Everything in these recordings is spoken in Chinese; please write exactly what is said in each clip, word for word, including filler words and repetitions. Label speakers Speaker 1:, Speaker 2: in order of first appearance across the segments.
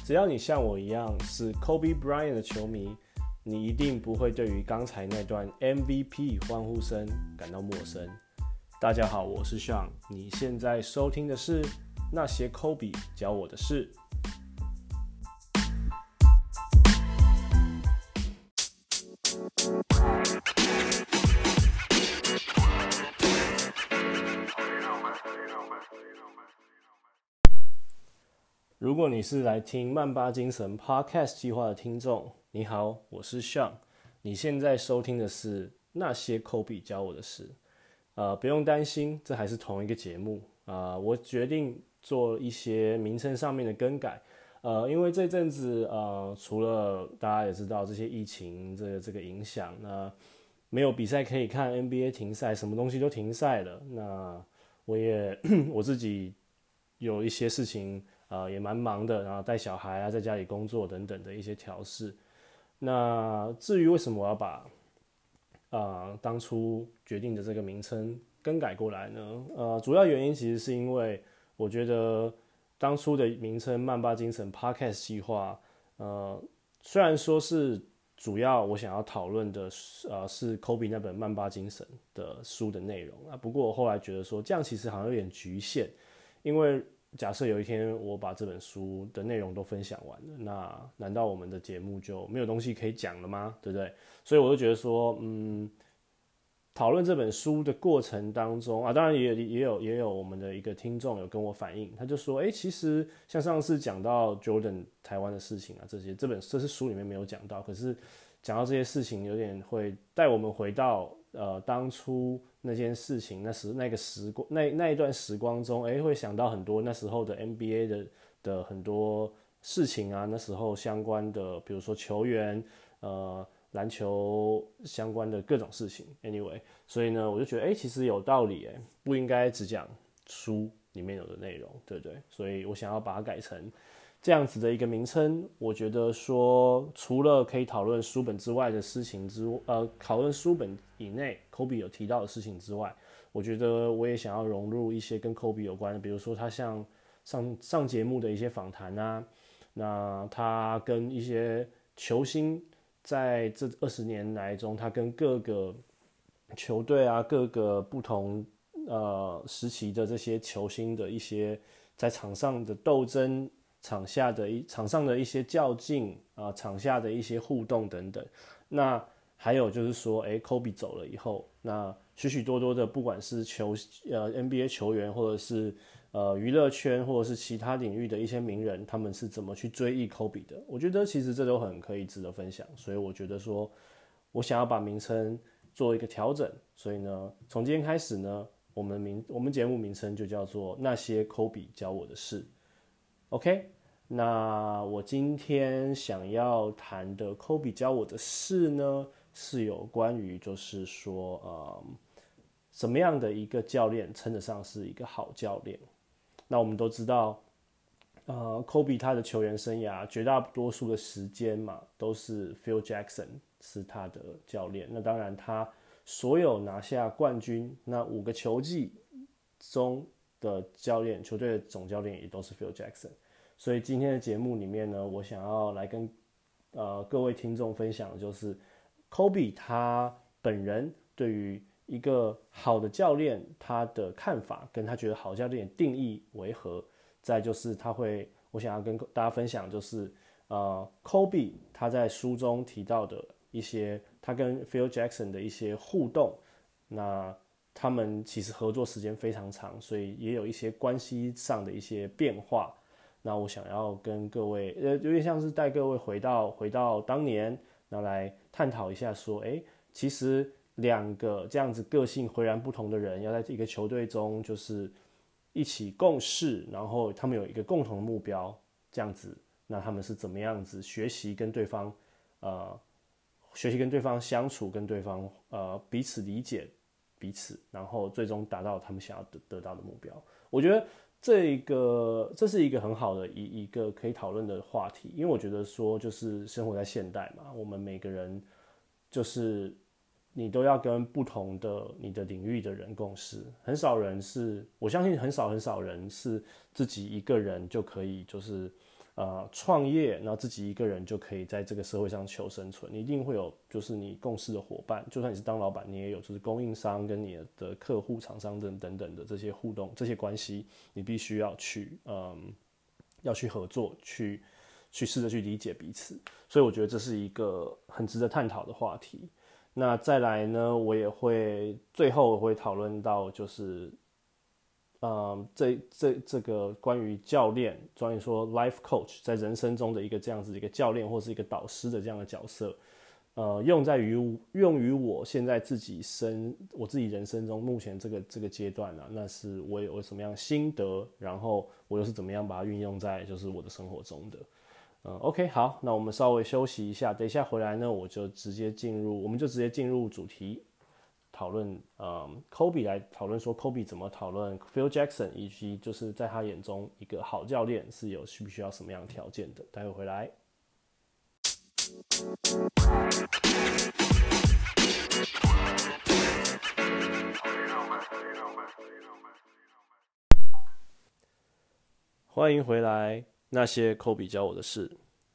Speaker 1: 只要你像我一样是 Kobe Bryant 的球迷，你一定不会对于刚才那段 M V P 欢呼声感到陌生。大家好，我是 Sean， 你现在收听的是那些 Kobe 教我的事。如果你是来听曼巴精神 Podcast 计划的听众，你好，我是 Sean。你现在收听的是那些 Kobe 教我的事。呃，不用担心，这还是同一个节目啊、呃。我决定做一些名称上面的更改。呃，因为这阵子呃，除了大家也知道这些疫情这个这个影响，那没有比赛可以看 ，N B A 停赛，什么东西都停赛了。那我也我自己有一些事情。呃，也蛮忙的，然后带小孩啊，在家里工作等等的一些调试。那至于为什么我要把呃当初决定的这个名称更改过来呢？呃，主要原因其实是因为我觉得当初的名称曼巴精神 Podcast 计划，呃，虽然说是主要我想要讨论的呃是 Kobe 那本曼巴精神的书的内容啊，不过我后来觉得说这样其实好像有点局限，因为假设有一天我把这本书的内容都分享完了，那难道我们的节目就没有东西可以讲了吗？对不对？所以我就觉得说，嗯，讨论这本书的过程当中啊，当然也也有也有我们的一个听众有跟我反映，他就说，哎，其实像上次讲到 Jordan 台湾的事情啊，这些这本这是书里面没有讲到，可是讲到这些事情，有点会带我们回到呃当初那件事情，那时那个时光那那一段时光中，哎，会想到很多那时候的 N B A 的的很多事情啊，那时候相关的，比如说球员，呃，篮球相关的各种事情。Anyway， 所以呢，我就觉得，哎，其实有道理，哎，不应该只讲书里面有的内容，对不对？所以我想要把它改成这样子的一个名称。我觉得说，除了可以讨论书本之外的事情之呃，讨论书本以内 Kobe 有提到的事情之外，我觉得我也想要融入一些跟 Kobe 有关的，比如说他像上上节目的一些访谈啊，那他跟一些球星在这二十年来中，他跟各个球队啊，各个不同呃时期的这些球星的一些在场上的斗争。场下的一场上的一些较劲啊、呃，场下的一些互动等等。那还有就是说，哎 ，Kobe 走了以后，那许许多多的不管是球呃 N B A 球员，或者是呃娱乐圈，或者是其他领域的一些名人，他们是怎么去追忆 Kobe 的？我觉得其实这都很可以值得分享。所以我觉得说，我想要把名称做一个调整。所以呢，从今天开始呢，我们名我们节目名称就叫做那些 Kobe 教我的事。OK， 那我今天想要谈的 Kobe 教我的事呢，是有关于就是说，呃，什么样的一个教练称得上是一个好教练？那我们都知道，呃 ，Kobe 他的球员生涯绝大多数的时间嘛，都是 Phil Jackson 是他的教练。那当然，他所有拿下冠军那五个球季中。的教练，球队的总教练也都是 Phil Jackson， 所以今天的节目里面呢，我想要来跟呃各位听众分享的就是 Kobe 他本人对于一个好的教练他的看法，跟他觉得好教练的定义为何。再就是他会，我想要跟大家分享就是呃 Kobe 他在书中提到的一些他跟 Phil Jackson 的一些互动，那。他们其实合作时间非常长，所以也有一些关系上的一些变化。那我想要跟各位，呃，有点像是带各位回到回到当年，然后来探讨一下，说，哎，其实两个这样子个性迥然不同的人，要在一个球队中就是一起共事，然后他们有一个共同的目标，这样子，那他们是怎么样子学习跟对方，呃，学习跟对方相处，跟对方呃彼此理解。彼此，然后最终达到他们想要 得, 得到的目标。我觉得这一个这是一个很好的一一个可以讨论的话题，因为我觉得说就是生活在现代嘛，我们每个人就是你都要跟不同的你的领域的人共事，很少人是我相信很少很少人是自己一个人就可以就是呃创业，然后自己一个人就可以在这个社会上求生存。你一定会有就是你共事的伙伴，就算你是当老板，你也有就是供应商跟你的客户、厂商等等等的这些互动、这些关系，你必须要去嗯要去合作，去去试着去理解彼此。所以我觉得这是一个很值得探讨的话题。那再来呢，我也会最后我会讨论到就是。嗯，这这这个关于教练，关于说 life coach 在人生中的一个这样子的一个教练或是一个导师的这样的角色，呃，用在于用于我现在自己生我自己人生中目前这个这个阶段啊，那是我有什么样的心得，然后我又是怎么样把它运用在就是我的生活中的。嗯 ，OK， 好，那我们稍微休息一下，等一下回来呢，我就直接进入，我们就直接进入主题。讨论，嗯 ，Kobe 来讨论说 Kobe 怎么讨论 Phil Jackson， 以及就是在他眼中一个好教练是有需不需要什么样的条件的。待会回来。欢迎回来，那些 Kobe 教我的事。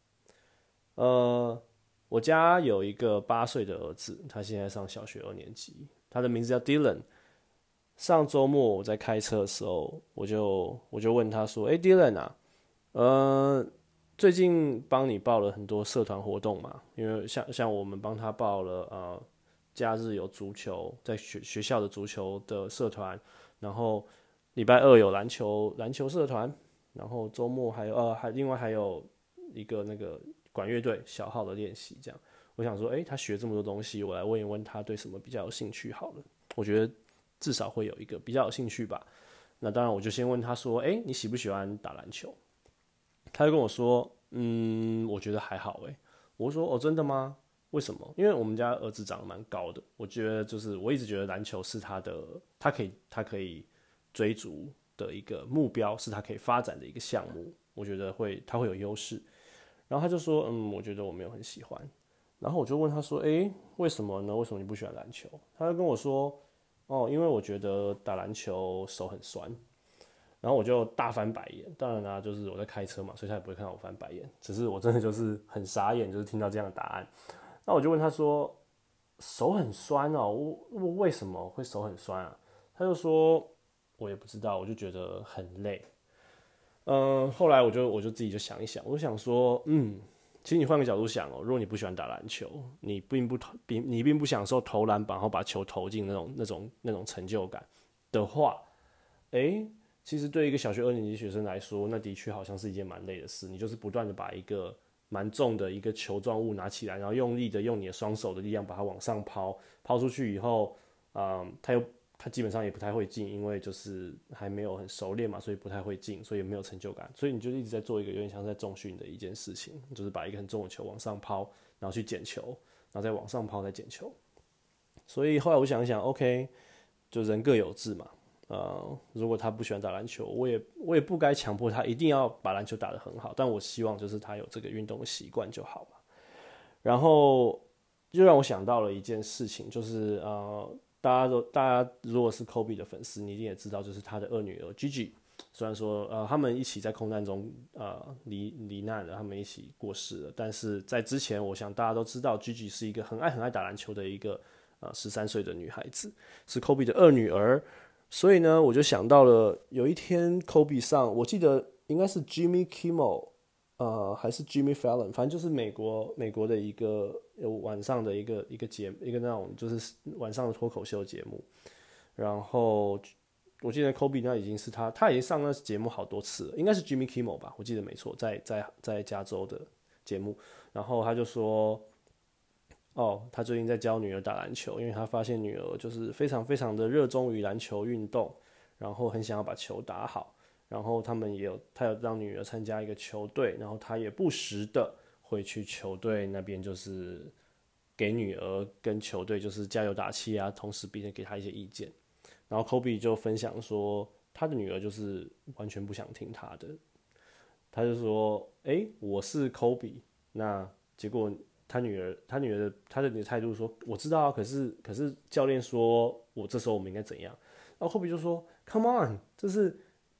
Speaker 1: 呃，我家有一个八岁的儿子，他现在上小学二年级，他的名字叫 Dylan。上周末我在开车的时候，我就我就问他说：“哎、欸、，Dylan 啊，呃，最近帮你报了很多社团活动嘛？因为像像我们帮他报了呃，假日有足球，在学学校的足球的社团，然后礼拜二有篮球篮球社团，然后周末还有呃还另外还有一个那个管乐队小号的练习，这样。我想说，哎、欸，他学这么多东西，我来问一问他对什么比较有兴趣好了。我觉得。”至少会有一个比较有兴趣吧。那当然，我就先问他说：“哎、欸，你喜不喜欢打篮球？”他就跟我说：“嗯，我觉得还好。”哎，我说：“哦，真的吗？为什么？”因为我们家儿子长得蛮高的，我觉得就是我一直觉得篮球是他的，他可以他可以追逐的一个目标，是他可以发展的一个项目。我觉得会他会有优势。然后他就说：“嗯，我觉得我没有很喜欢。”然后我就问他说：“哎、欸，为什么呢？为什么你不喜欢篮球？”他就跟我说。哦，因为我觉得打篮球手很酸，然后我就大翻白眼。当然啦、啊，就是我在开车嘛，所以他也不会看到我翻白眼。只是我真的就是很傻眼，就是听到这样的答案。那我就问他说：“手很酸哦，我为什么会手很酸啊？”他就说：“我也不知道，我就觉得很累。”嗯，后来我就我就自己就想一想，我就想说，嗯。其实你换个角度想哦，如果你不喜欢打篮球，你并不你并不享受投篮板然后把球投进那种那种那种成就感的话，哎，其实对一个小学二年级学生来说，那的确好像是一件蛮累的事。你就是不断的把一个蛮重的一个球状物拿起来，然后用力的用你的双手的力量把它往上抛，抛出去以后，嗯，它又他基本上也不太会进，因为就是还没有很熟练嘛，所以不太会进，所以没有成就感，所以你就一直在做一个有点像是在重训的一件事情，就是把一个很重的球往上抛，然后去捡球，然后再往上抛再捡球。所以后来我想一想 ，OK， 就人各有志嘛，呃，如果他不喜欢打篮球，我也我也不该强迫他一定要把篮球打得很好，但我希望就是他有这个运动的习惯就好嘛。然后就让我想到了一件事情，就是呃。大家都，大家如果是 Kobe 的粉丝，你一定也知道，就是他的二女儿 Gigi。虽然说，呃，他们一起在空难中，呃，罹罹难了，他们一起过世了。但是在之前，我想大家都知道 ，Gigi 是一个很爱很爱打篮球的一个，呃，十三岁的女孩子，是 Kobe 的二女儿。所以呢，我就想到了有一天 Kobe 上，我记得应该是 Jimmy Kimmel。呃，还是 Jimmy Fallon，反正就是美国美国的一个晚上的一个一个节一个那种就是晚上的脱口秀节目。然后我记得 Kobe 那已经是他他已经上那节目好多次了，应该是 Jimmy Kimmel 吧，我记得没错，在在在加州的节目。然后他就说，哦，他最近在教女儿打篮球，因为他发现女儿就是非常非常的热衷于篮球运动，然后很想要把球打好。然后他们也有，他有让女儿参加一个球队，然后他也不时的会去球队那边，就是给女儿跟球队就是加油打气啊，同时并且给他一些意见。然后 Kobe 就分享说，他的女儿就是完全不想听他的，他就说：“哎，我是 Kobe。”那结果他女儿，他女儿的他的态度说：“我知道啊，可是可是教练说我这时候我们应该怎样？”然后 Kobe 就说 ：“Come on，这是。”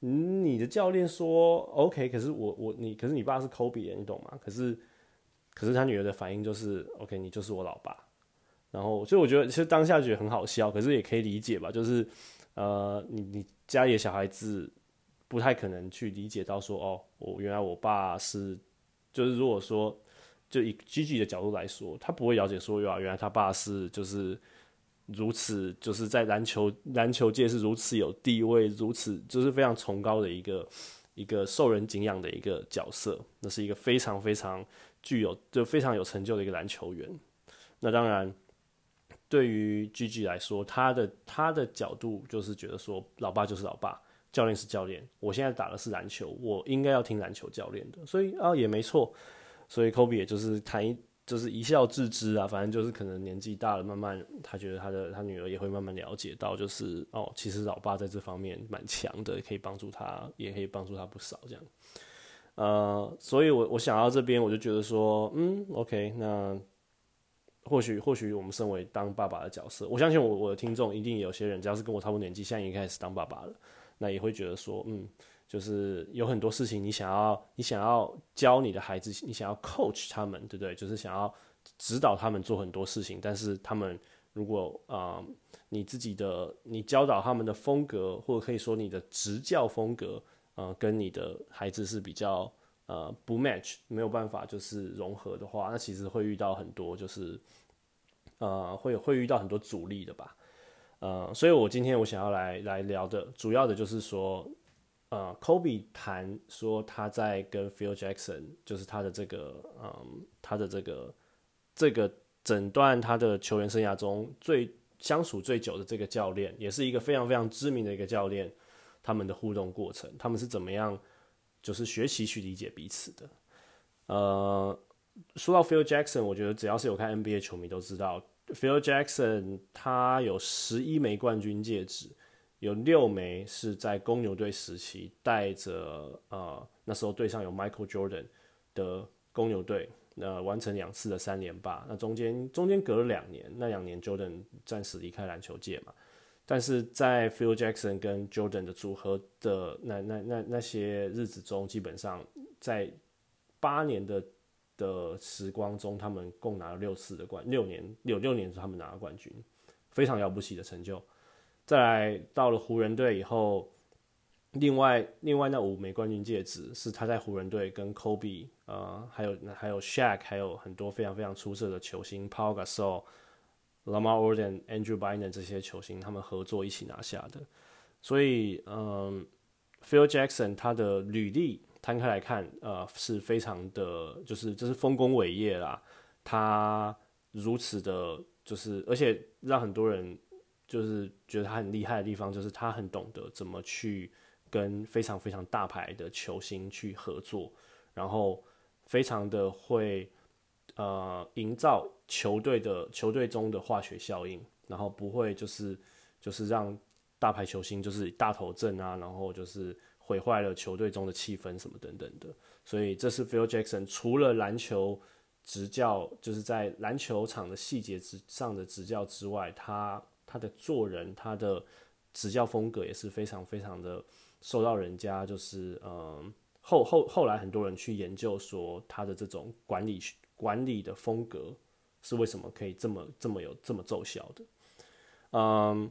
Speaker 1: 你的教练说 OK， 可是我我你可是你爸是 Kobe， 你懂吗？可是可是他女儿的反应就是 OK， 你就是我老爸。然后所以我觉得其实当下觉得很好笑，可是也可以理解吧，就是呃你你家里的小孩子不太可能去理解到说哦，我原来我爸是就是如果说就以 Gigi 的角度来说，他不会了解说哇原来他爸是就是如此就是在篮球篮球界是如此有地位，如此就是非常崇高的一个一个受人敬仰的一个角色，那是一个非常非常具有就非常有成就的一个篮球员。那当然，对于 Gigi 来说，他的他的角度就是觉得说，老爸就是老爸，教练是教练，我现在打的是篮球，我应该要听篮球教练的，所以啊也没错，所以 Kobe 也就是谈一。就是一笑置之啊，反正就是可能年纪大了，慢慢他觉得他的他女儿也会慢慢了解到，就是哦，其实老爸在这方面蛮强的，可以帮助他，也可以帮助他不少这样。呃，所以我我想到这边，我就觉得说，嗯 ，OK， 那或许或许我们身为当爸爸的角色，我相信我我的听众一定有些人，只要是跟我差不多年纪，现在已经开始当爸爸了，那也会觉得说，嗯。就是有很多事情，你想要你想要教你的孩子，你想要 coach 他们，对不对？就是想要指导他们做很多事情，但是他们如果啊、呃，你自己的你教导他们的风格，或者可以说你的执教风格，呃，跟你的孩子是比较呃不 match，没有办法就是融合的话，那其实会遇到很多就是呃会会遇到很多阻力的吧。呃，所以我今天我想要来来聊的，主要的就是说。呃 ，Kobe 谈说他在跟 Phil Jackson， 就是他的这个，嗯，他的这个这个整段他的球员生涯中最相处最久的这个教练，也是一个非常非常知名的一个教练，他们的互动过程，他们是怎么样就是学习去理解彼此的。呃，说到 Phil Jackson， 我觉得只要是有看 N B A 球迷都知道 ，Phil Jackson 他有十一枚冠军戒指。有六枚是在公牛队时期带着呃那时候队上有 Michael Jordan 的公牛队，呃完成两次的三连霸。那中间中间隔了两年，那两年 Jordan 暂时离开篮球界嘛。但是在 Phil Jackson 跟 Jordan 的组合的那那那那些日子中，基本上在八年的的时光中，他们共拿了六次的冠，六年有六年是他们拿了冠军，非常了不起的成就。再来到了湖人队以后，另外另外那五枚冠军戒指是他在湖人队跟 Kobe， 呃，还有还有 Shaq， 还有很多非常非常出色的球星 Paul Gasol、Lamar Odom、Andrew Bynum 这些球星他们合作一起拿下的。所以，嗯 ，Phil Jackson 他的履历摊开来看，呃，是非常的，就是这是丰功伟业啦。他如此的，就是而且让很多人。就是觉得他很厉害的地方，就是他很懂得怎么去跟非常非常大牌的球星去合作，然后非常的会呃营造球队的球队中的化学效应，然后不会就是就是让大牌球星就是大头阵啊，然后就是毁坏了球队中的气氛什么等等的。所以这是 Phil Jackson 除了篮球执教，就是在篮球场的细节上的执教之外，他他的做人，他的执教风格也是非常非常的受到人家就是嗯后后后来很多人去研究说他的这种管理管理的风格是为什么可以这么这么有这么奏效的。嗯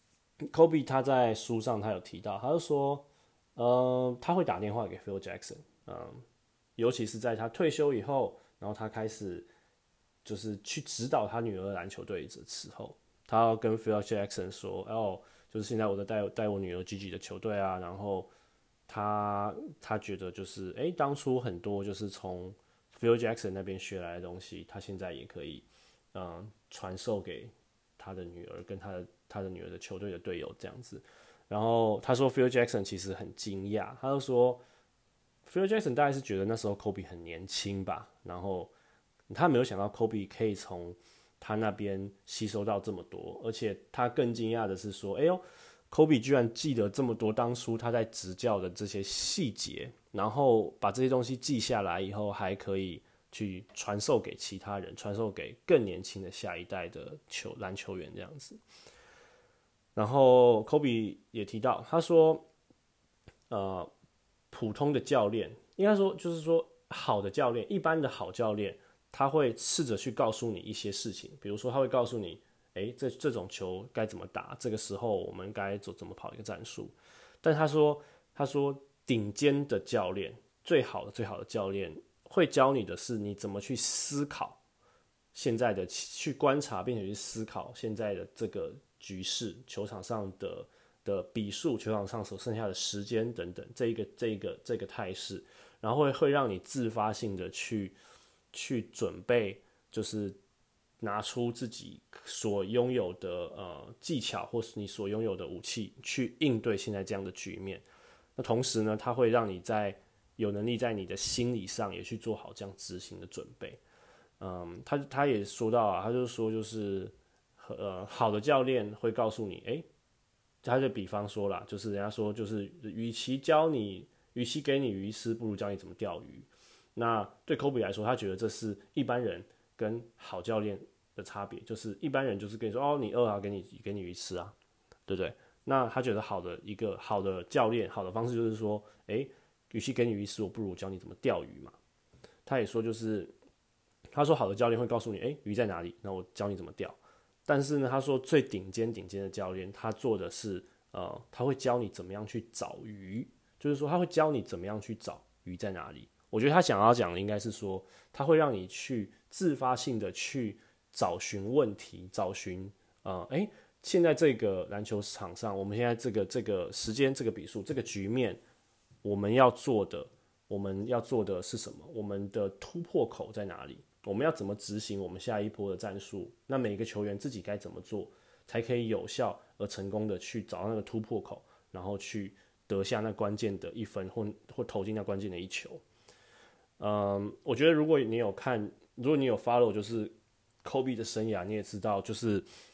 Speaker 1: ，Kobe 他在书上他有提到，他就说，嗯，他会打电话给 Phil Jackson， 嗯，尤其是在他退休以后，然后他开始就是去指导他女儿的篮球队的时候。他要跟 Phil Jackson 说，哦，就是现在我在带带我女儿 Gigi 的球队啊，然后他他觉得就是，哎，当初很多就是从 Phil Jackson 那边学来的东西，他现在也可以，嗯，传授给他的女儿跟他的他的女儿的球队的队友这样子。然后他说 Phil Jackson 其实很惊讶，他就说 Phil Jackson 大概是觉得那时候 Kobe 很年轻吧，然后他没有想到 Kobe 可以从他那边吸收到这么多，而且他更惊讶的是说，哎呦 ，Kobe 居然记得这么多当初他在执教的这些细节，然后把这些东西记下来以后，还可以去传授给其他人，传授给更年轻的下一代的球篮球员这样子。然后 Kobe 也提到，他说， 呃普通的教练，应该说就是说好的教练，一般的好教练，他会试着去告诉你一些事情，比如说他会告诉你，哎，这这种球该怎么打，这个时候我们该走怎么跑一个战术。但他说，他说顶尖的教练，最好的最好的教练会教你的是你怎么去思考现在的，去观察并且去思考现在的这个局势，球场上的的比数，球场上所剩下的时间等等，这一个这一个这个态势，然后会会让你自发性的去去准备，就是拿出自己所拥有的呃技巧，或是你所拥有的武器，去应对现在这样的局面。那同时呢，它会让你在有能力在你的心理上也去做好这样执行的准备。嗯，他他也说到啊，他就说就是呃好的教练会告诉你，哎，他就比方说啦，就是人家说就是与其教你，与其给你鱼吃，不如教你怎么钓鱼。那对 Kobe 来说，他觉得这是一般人跟好教练的差别，就是一般人就是跟你说哦，你饿啊，给你给你鱼吃啊，对不对？那他觉得好的一个好的教练，好的方式就是说，哎，与其给你鱼吃，我不如教你怎么钓鱼嘛。他也说就是，他说好的教练会告诉你，哎，鱼在哪里，那我教你怎么钓。但是呢，他说最顶尖顶尖的教练，他做的是，呃，他会教你怎么样去找鱼，就是说他会教你怎么样去找鱼在哪里。我觉得他想要讲的应该是说，他会让你去自发性的去找寻问题，找寻，呃，哎，现在这个篮球场上，我们现在这个这个时间、这个比数、这个局面，我们要做的，我们要做的是什么？我们的突破口在哪里？我们要怎么执行我们下一波的战术？那每个球员自己该怎么做，才可以有效而成功的去找到那个突破口，然后去得下那关键的一分，或或投进那关键的一球。嗯，我觉得如果你有看，如果你有 follow 就是 Kobe 的生涯，你也知道，就是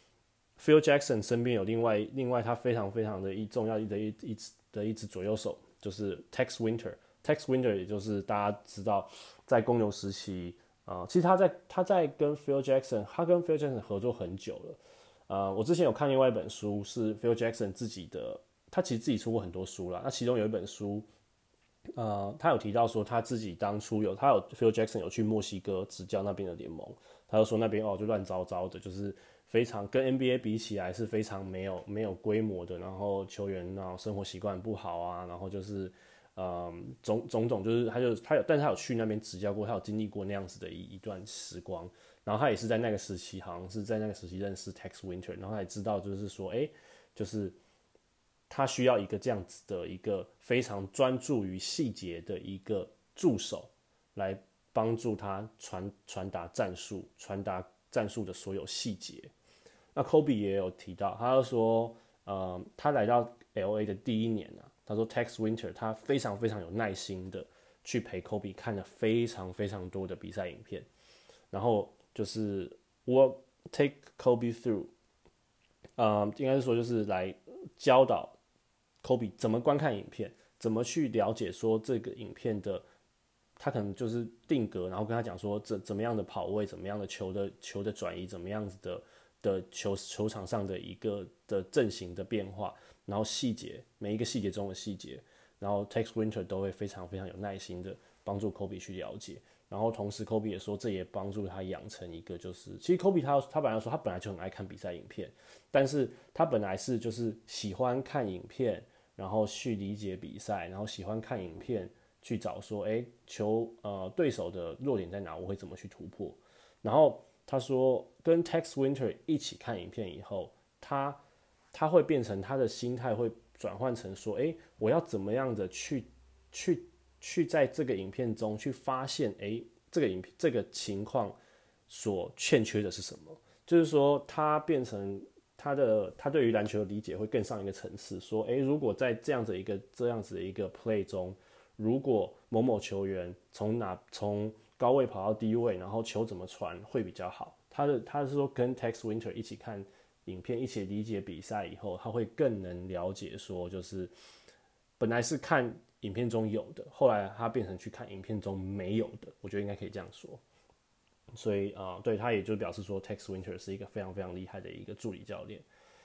Speaker 1: Phil Jackson 身边有另外另外他非常非常的一重要的一一的一支左右手，就是 Tex Winter。Tex Winter 也就是大家知道，在公牛时期。呃，其实他在他在跟 Phil Jackson， 他跟 Phil Jackson 合作很久了。呃，我之前有看另外一本书，是 Phil Jackson 自己的，他其实自己出过很多书啦。那其中有一本书，呃，他有提到说他自己当初有，他有 Phil Jackson 有去墨西哥执教那边的联盟，他就说那边哦就乱糟糟的，就是非常跟 N B A 比起来是非常没有没有规模的，然后球员然后生活习惯不好啊，然后就是。嗯，种种种就是他就他有，但是他有去那边执教过，他有经历过那样子的一一段时光，然后他也是在那个时期，好像是在那个时期认识 Tex Winter， 然后他也知道就是说，哎，就是他需要一个这样子的一个非常专注于细节的一个助手，来帮助他传传达战术，传达战术的所有细节。那 Kobe 也有提到，他就说，呃，他来到 L A 的第一年啊。他说 Tex Winter 他非常非常有耐心的去陪 Kobe 看了非常非常多的比赛影片，然后就是我 take Kobe through， 呃，应该是说就是来教导 Kobe 怎么观看影片，怎么去了解说这个影片的，他可能就是定格，然后跟他讲说怎怎么样的跑位，怎么样的球的球的转移，怎么样子的的球球场上的一个的阵型的变化。然后细节，每一个细节中的细节，然后 Tex Winter 都会非常非常有耐心的帮助 Kobe 去了解，然后同时 Kobe 也说，这也帮助他养成一个就是，其实 Kobe 他他本来说他本来就很爱看比赛影片，但是他本来是就是喜欢看影片，然后去理解比赛，然后喜欢看影片去找说，哎，球呃对手的弱点在哪，我会怎么去突破，然后他说跟 Tex Winter 一起看影片以后，他。他会变成他的心态会转换成说，哎，我要怎么样的去去去在这个影片中去发现，哎，这个影片这个情况所欠缺的是什么？就是说，他变成他的他对于篮球的理解会更上一个层次，说，哎，如果在这样子一个这样子的一个 play 中，如果某某球员从哪从高位跑到低位，然后球怎么传会比较好？他的他是说跟 Tex Winter 一起看。影片一起理解比赛以后，他会更能了解说，就是本来是看影片中有的，后来他变成去看影片中没有的，我觉得应该可以这样说。所以啊、呃，对他也就表示说 ，Tex Winter 是一个非常非常厉害的一个助理教练。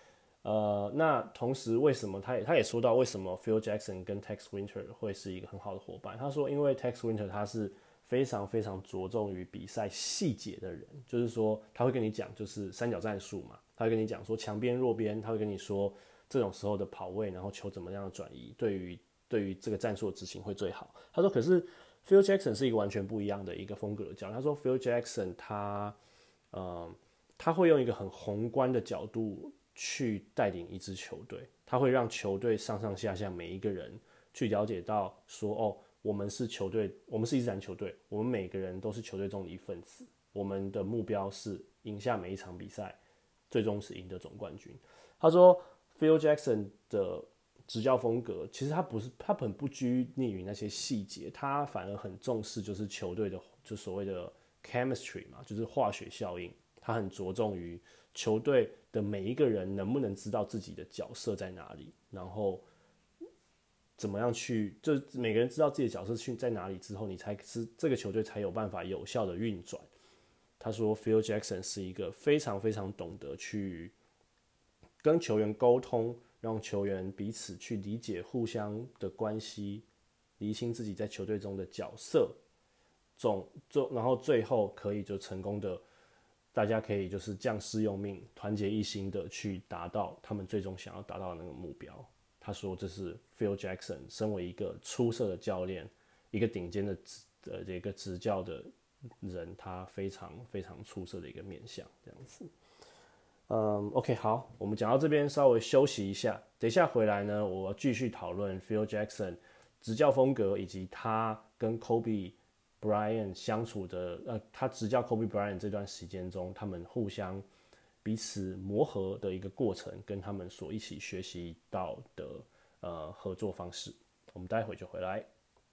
Speaker 1: 呃，那同时为什么他也他也说到为什么 Phil Jackson 跟 Tex Winter 会是一个很好的伙伴？他说，因为 Tex Winter 他是非常非常着重于比赛细节的人，就是说他会跟你讲就是三角战术嘛，他会跟你讲说强边弱边，他会跟你说这种时候的跑位，然后球怎么样的转移，对于对于这个战术的执行会最好。他说，可是 Phil Jackson 是一个完全不一样的一个风格的教练。他说 Phil Jackson 他呃他会用一个很宏观的角度去带领一支球队，他会让球队上上下下每一个人去了解到说，哦，我们是球队，我们是一支篮球队，我们每个人都是球队中的一份子，我们的目标是赢下每一场比赛，最终是赢得总冠军。他说 Phil Jackson 的执教风格其实他不是，他很不拘泥于那些细节，他反而很重视就是球队的就所谓的 chemistry 嘛，就是化学效应。他很着重于球队的每一个人能不能知道自己的角色在哪里，然后怎么样去，就每个人知道自己的角色在哪里之后，你才知这个球队才有办法有效的运转。他说 Phil Jackson 是一个非常非常懂得去跟球员沟通，让球员彼此去理解互相的关系，厘清自己在球队中的角色，总然后最后可以就成功的。大家可以就是将士用命，团结一心的去达到他们最终想要达到的那个目标。他说这是 Phil Jackson 身为一个出色的教练，一个顶尖的呃这个执教的人，他非常非常出色的一个面向，这样子。嗯 ，OK， 好，我们讲到这边稍微休息一下，等一下回来呢，我要继续讨论 Phil Jackson 执教风格以及他跟 Kobe。Bryant 相处的，呃，他执教 Kobe Bryant 这段时间中，他们互相彼此磨合的一个过程，跟他们所一起学习到的呃合作方式。我们待会就回来。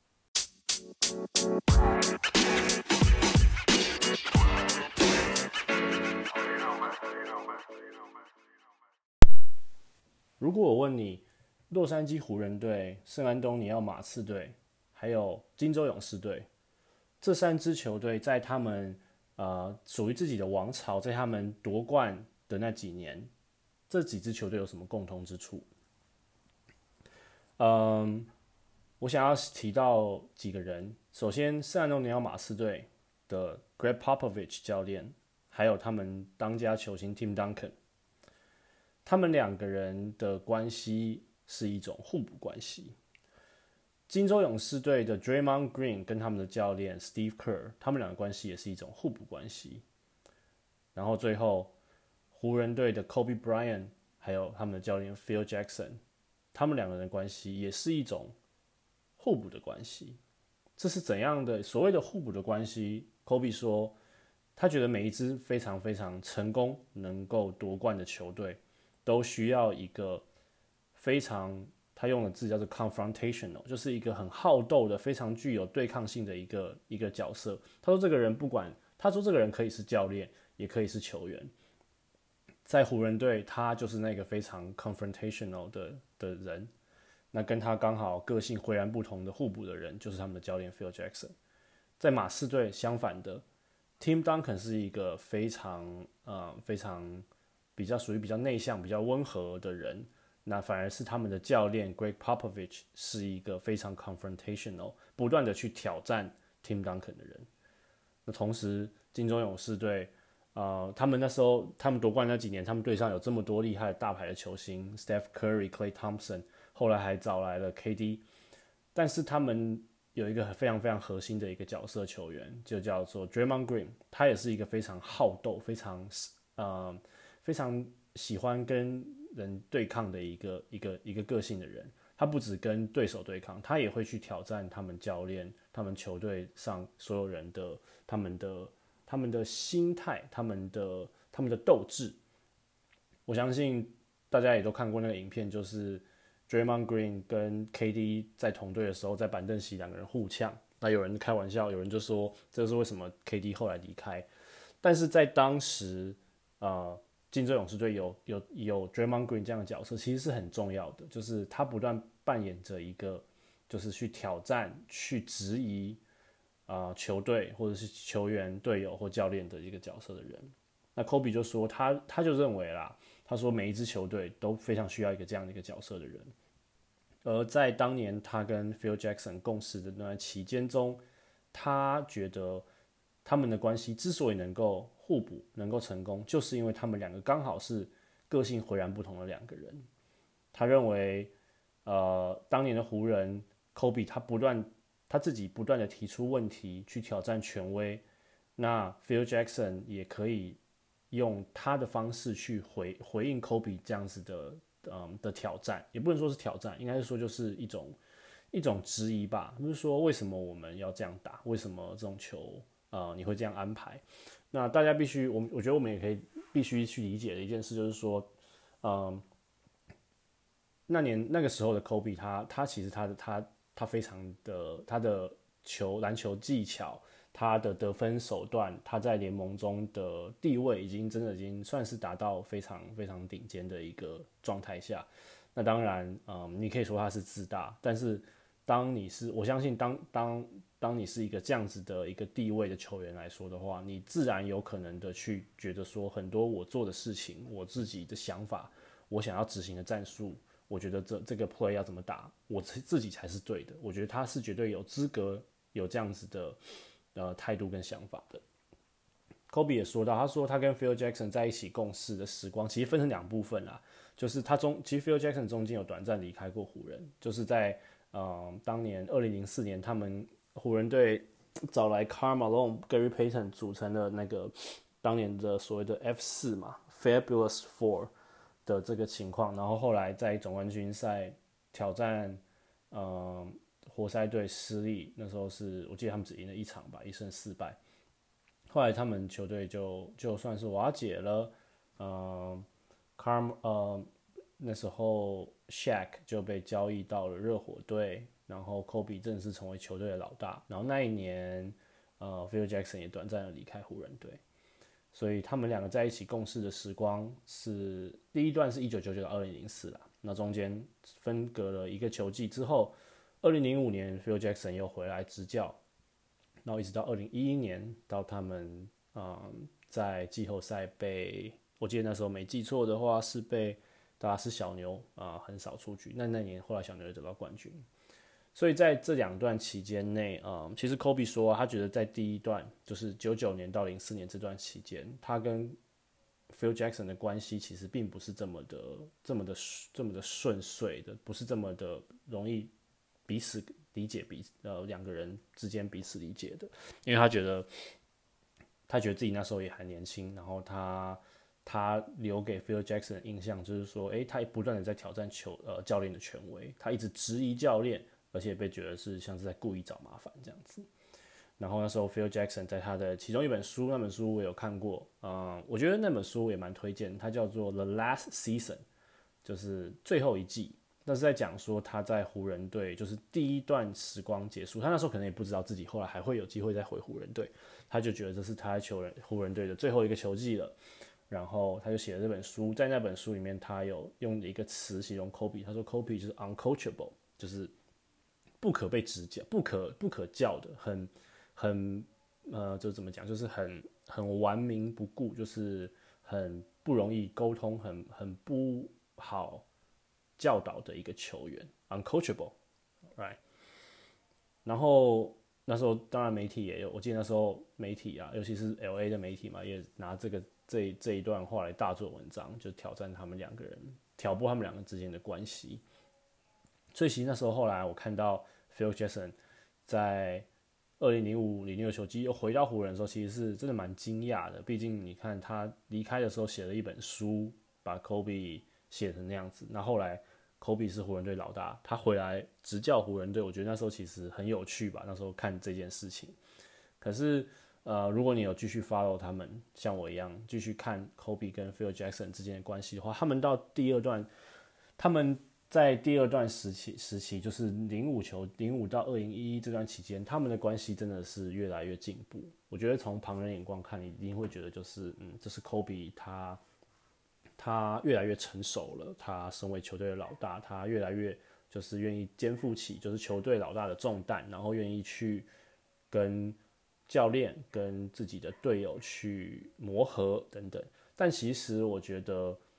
Speaker 1: 如果我问你，洛杉矶湖人队、圣安东尼奥马刺队，还有金州勇士队。这三支球队在他们呃属于自己的王朝，在他们夺冠的那几年，这几支球队有什么共同之处？嗯，我想要提到几个人。首先，圣安东尼奥马刺队的 Greg Popovich 教练，还有他们当家球星 Tim Duncan， 他们两个人的关系是一种互补关系。金州勇士队的 Draymond Green 跟他们的教练 Steve Kerr， 他们两个关系也是一种互补关系。然后最后，湖人队的 Kobe Bryant 还有他们的教练 Phil Jackson， 他们两个人的关系也是一种互补的关系。这是怎样的所谓的互补的关系 ？Kobe 说，他觉得每一支非常非常成功能够夺冠的球队，都需要一个非常。他用的字叫做 confrontational， 就是一个很好斗的、非常具有对抗性的一个一个角色。他说这个人不管，他说这个人可以是教练，也可以是球员。在湖人队，他就是那个非常 confrontational 的的人。那跟他刚好个性迥然不同的互补的人，就是他们的教练 Phil Jackson。在马刺队相反的 ，Tim Duncan 是一个非常呃非常比较属于比较内向、比较温和的人。那反而是他们的教练 Greg Popovich 是一个非常 confrontational， 不断的去挑战 Tim Duncan 的人。那同时，金州勇士队，呃，他们那时候他们夺冠那几年，他们队上有这么多厉害的大牌的球星 ，Steph Curry、Klay Thompson， 后来还找来了 K D， 但是他们有一个非常非常核心的一个角色球员，就叫做 Draymond Green， 他也是一个非常好斗、非常呃非常喜欢跟人对抗的一个一个一个个性的人。他不只跟对手对抗，他也会去挑战他们教练、他们球队上所有人的他们的他们的心态、他们的他们的斗志。我相信大家也都看过那个影片，就是 Draymond Green 跟 K D 在同队的时候，在板凳席两个人互呛。那有人开玩笑，有人就说这是为什么 K D 后来离开。但是在当时，呃。金州勇士队有有有 Draymond Green 这样的角色，其实是很重要的，就是他不断扮演着一个，就是去挑战、去质疑啊、呃、球队或者是球员、队友或教练的一个角色的人。那 Kobe 就说他他就认为啦， 他说每一支球队都非常需要一个这样的一个角色的人。而在当年他跟 Phil Jackson 共事的那段期间中，他觉得他们的关系之所以能够互补、能够成功，就是因为他们两个刚好是个性迥然不同的两个人。他认为，呃，当年的湖人 Kobe 他不断他自己不断的提出问题去挑战权威，那 Phil Jackson 也可以用他的方式去回回应 Kobe 这样子的。嗯、的挑战，也不能说是挑战，应该是说就是一种一种质疑吧，就是说为什么我们要这样打，为什么这种球呃你会这样安排？那大家必须，我我觉得我们也可以必须去理解的一件事就是说，嗯，那年那个时候的 Kobe 他他其实他的他他非常的他的球篮球技巧。他的得分手段，他在联盟中的地位已经真的已经算是达到非常非常顶尖的一个状态下。那当然，嗯，你可以说他是自大，但是当你是，我相信当当当你是一个这样子的一个地位的球员来说的话，你自然有可能的去觉得说，很多我做的事情，我自己的想法，我想要执行的战术，我觉得这这个 play 要怎么打，我自己才是对的。我觉得他是绝对有资格有这样子的。呃，态度跟想法的。Kobe 也说到，他说他跟 Phil Jackson 在一起共事的时光，其实分成两部分啦。就是他中，其实 Phil Jackson 中间有短暂离开过湖人，就是在呃当年二零零四年，他们湖人队找来 Karl Malone、Gary Payton 组成的那个当年的所谓的 F 四嘛 ，Fabulous Four 的这个情况，然后后来在总冠军赛挑战，嗯、呃。活塞队失利，那时候是我记得他们只赢了一场吧，一胜四败。后来他们球队就就算是瓦解了，呃 ，Carm 呃那时候 Shaq 就被交易到了热火队，然后 Kobe 正式成为球队的老大。然后那一年，呃 ，Phil Jackson 也短暂的离开湖人队，所以他们两个在一起共事的时光是第一段是一九九九到二零零四啦，那中间分隔了一个球季之后。二零零五年 ，Phil Jackson 又回来执教，然后一直到二零一一年，到他们嗯在季后赛被，我记得那时候没记错的话是被达拉斯小牛啊、呃、横扫出局。那那年后来小牛也得到冠军，所以在这两段期间内，嗯，其实 Kobe 说、啊、他觉得在第一段就是九九年到零四年这段期间，他跟 Phil Jackson 的关系其实并不是这么的这么的这么的顺遂的，不是这么的容易。彼此理解彼呃两个人之间彼此理解的，因为他觉得他觉得自己那时候也还年轻，然后他他留给 Phil Jackson 的印象就是说，哎，他不断的在挑战球呃教练的权威，他一直质疑教练，而且被觉得是像是在故意找麻烦这样子。然后那时候 Phil Jackson 在他的其中一本书，那本书我有看过，嗯，我觉得那本书我也蛮推荐，它叫做 The Last Season， 就是最后一季。那是在讲说他在湖人队，就是第一段时光结束，他那时候可能也不知道自己后来还会有机会再回湖人队，他就觉得这是他在球人湖人队的最后一个球季了，然后他就写了这本书，在那本书里面他有用一个词形容 Kobe， 他说 Kobe 就是 uncoachable， 就是不可被指教、不可不可教的，很很呃，就怎么讲，就是很很顽冥不顾，就是很不容易沟通，很很不好。教导的一个球员 ，uncoachable，right？ 然后那时候当然媒体也有，我记得那时候媒体啊，尤其是 L A 的媒体嘛，也拿这个这这一段话来大做文章，就挑战他们两个人，挑拨他们两个之间的关系。所以其实那时候后来我看到 Phil Jackson 在二零零五零六球季又回到湖人的时候，其实是真的蛮惊讶的。毕竟你看他离开的时候写了一本书，把 Kobe 写成那样子，那后来。Kobe 是湖人队老大，他回来执教湖人队，我觉得那时候其实很有趣吧。那时候看这件事情，可是呃，如果你有继续 follow 他们，像我一样继续看 Kobe 跟 Phil Jackson 之间的关系的话，他们到第二段，他们在第二段时期时期就是零五球零五到二零一一这段期间，他们的关系真的是越来越进步。我觉得从旁人眼光看，你一定会觉得就是嗯，这是 Kobe 他。他越来越成熟了，他身为球队的老大，他越来越就是愿意肩负起就是球队老大的重担，然后愿意去跟教练、跟自己的队友去磨合等等。但其实我觉得，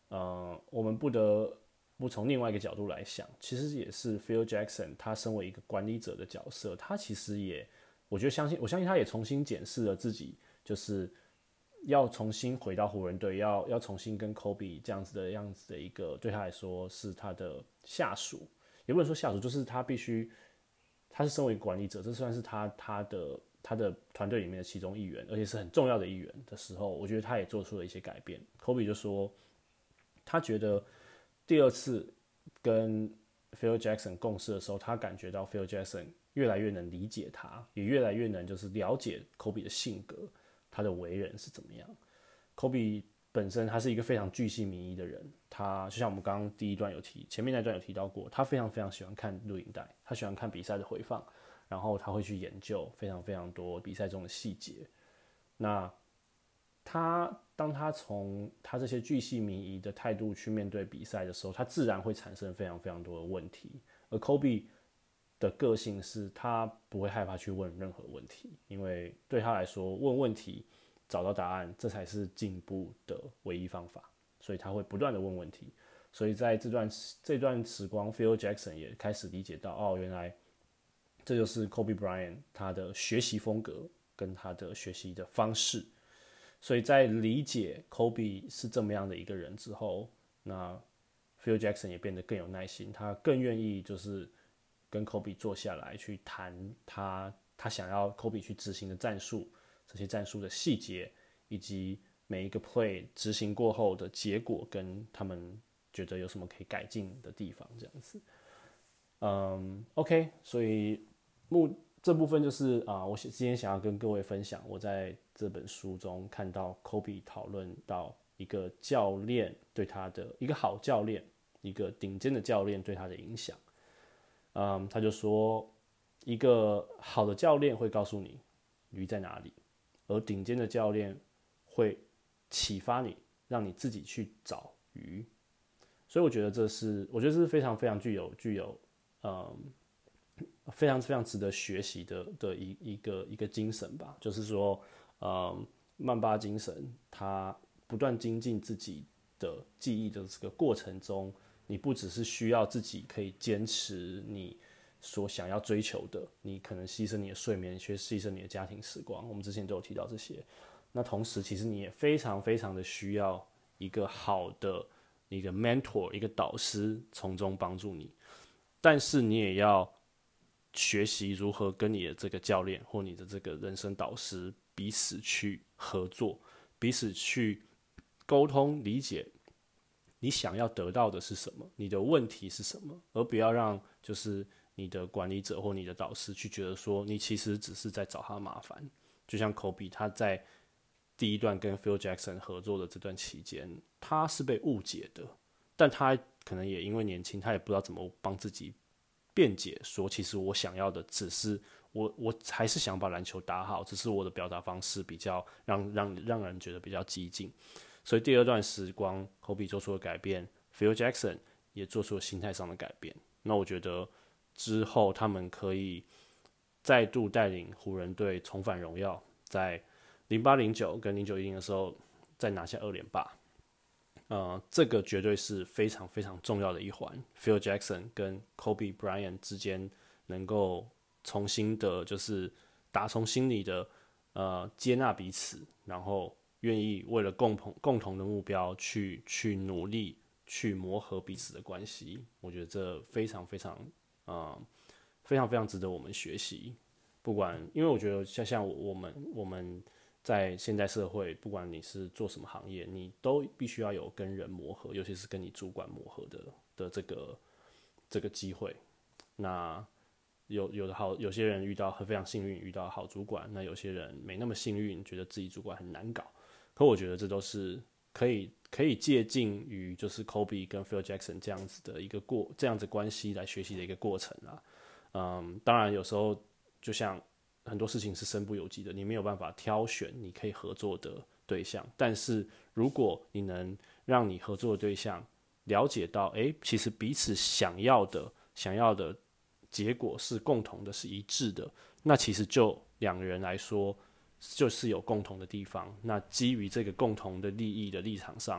Speaker 1: 呃，我们不得不从另外一个角度来想，其实也是 Phil Jackson 他身为一个管理者的角色，他其实也，我觉得相信，我相信他也重新检视了自己，就是要重新回到湖人队，要要重新跟 Kobe 这样子的样子的一个，对他来说是他的下属，也不能说下属，就是他必须，他是身为管理者，这算是他他的他的团队里面的其中一员，而且是很重要的一员的时候，我觉得他也做出了一些改变。Kobe 就说，他觉得第二次跟 Phil Jackson 共事的时候，他感觉到 Phil Jackson 越来越能理解他，也越来越能就是了解 Kobe 的性格，他的为人是怎么样。Kobe 本身他是一个非常巨细靡遗的人，他就像我们刚刚第一段有提，前面那段有提到过，他非常非常喜欢看录影带，他喜欢看比赛的回放，然后他会去研究非常非常多比赛中的细节。那他当他从他这些巨细靡遗的态度去面对比赛的时候，他自然会产生非常非常多的问题。而 Kobe 的个性是他不会害怕去问任何问题，因为对他来说，问问题找到答案，这才是进步的唯一方法。所以他会不断的问问题。所以在这段这段时光 ，Phil Jackson 也开始理解到，哦，原来这就是 Kobe Bryant 他的学习风格跟他的学习的方式。所以在理解 Kobe 是这么样的一个人之后，那 Phil Jackson 也变得更有耐心，他更愿意就是跟 Kobe 坐下来去谈他他想要 Kobe 去执行的战术，这些战术的细节，以及每一个 play 执行过后的结果，跟他们觉得有什么可以改进的地方，这样子。嗯 ，OK， 所以目这部分就是啊、呃，我今天想要跟各位分享，我在这本书中看到 Kobe 讨论到一个教练对他的一个好教练，一个顶尖的教练对他的影响。嗯，他就说，一个好的教练会告诉你鱼在哪里，而顶尖的教练会启发你，让你自己去找鱼。所以我觉得这是，我觉得这是非常非常具有具有，嗯。非常非常值得学习的的一一个一个精神吧，就是说，嗯，曼巴精神，它不断精进自己的记忆的这个过程中，你不只是需要自己可以坚持你所想要追求的，你可能牺牲你的睡眠，去牺牲你的家庭时光，我们之前都有提到这些。那同时，其实你也非常非常的需要一个好的一个 mentor， 一个导师从中帮助你，但是你也要学习如何跟你的这个教练或你的这个人生导师彼此去合作，彼此去沟通理解你想要得到的是什么，你的问题是什么，而不要让就是你的管理者或你的导师去觉得说你其实只是在找他麻烦。就像 Kobe 他在第一段跟 Phil Jackson 合作的这段期间，他是被误解的，但他可能也因为年轻，他也不知道怎么帮自己辩解说，其实我想要的只是我，我还是想把篮球打好，只是我的表达方式比较让让让人觉得比较激进。所以第二段时光 ，Kobe 做出了改变 ，Phil Jackson 也做出了心态上的改变。那我觉得之后他们可以再度带领湖人队重返荣耀，在零八零九跟零九一零的时候再拿下二连霸。呃，这个绝对是非常非常重要的一环。Phil Jackson 跟 Kobe Bryant 之间能够重新的，就是打从心里的呃接纳彼此，然后愿意为了共同共同的目标去去努力，去磨合彼此的关系。我觉得这非常非常呃非常非常值得我们学习。不管，因为我觉得像像我们我们。在现代社会，不管你是做什么行业，你都必须要有跟人磨合，尤其是跟你主管磨合的的这个这个机会。那有有的好，有些人遇到非常幸运遇到好主管，那有些人没那么幸运，觉得自己主管很难搞。可我觉得这都是可以可以借鉴于就是 Kobe 跟 Phil Jackson 这样子的一个过这样子关系来学习的一个过程啦。嗯，当然有时候就像。很多事情是身不由己的，你没有办法挑选你可以合作的对象。但是如果你能让你合作的对象了解到，哎，其实彼此想要的、想要的结果是共同的、是一致的，那其实就两个人来说，就是有共同的地方。那基于这个共同的利益的立场上，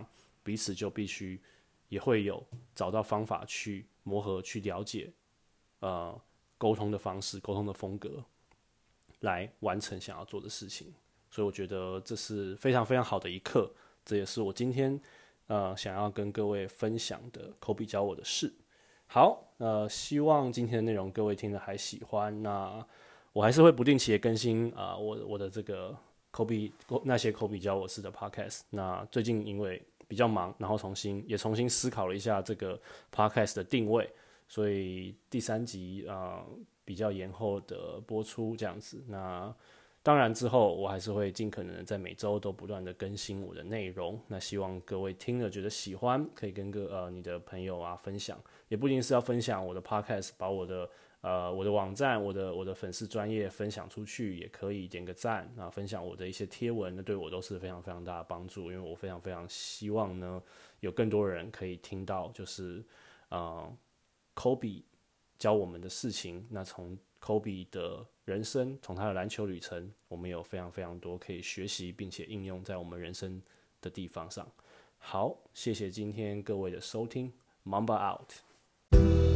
Speaker 1: 彼此就必须也会有找到方法去磨合、去了解，呃，沟通的方式、沟通的风格，来完成想要做的事情。所以我觉得这是非常非常好的一课，这也是我今天呃想要跟各位分享的Kobe教我的事。好，呃，希望今天的内容各位听得还喜欢。那我还是会不定期的更新啊、呃，我我的这个 Kobe 那些 Kobe 教我事的 Podcast。那最近因为比较忙，然后重新也重新思考了一下这个 Podcast 的定位，所以第三集啊、呃、比较延后的播出这样子。那当然之后我还是会尽可能的在每周都不断的更新我的内容。那希望各位听了觉得喜欢，可以跟个呃你的朋友啊分享，也不一定是要分享我的 Podcast， 把我的呃我的网站、我的我的粉丝专页分享出去，也可以点个赞啊，分享我的一些贴文，那对我都是非常非常大的帮助，因为我非常非常希望呢有更多人可以听到，就是呃 Kobe 教我们的事情。那从 Kobe 的人生，从他的篮球旅程，我们有非常非常多可以学习并且应用在我们人生的地方上。好，谢谢今天各位的收听 ，Mamba out。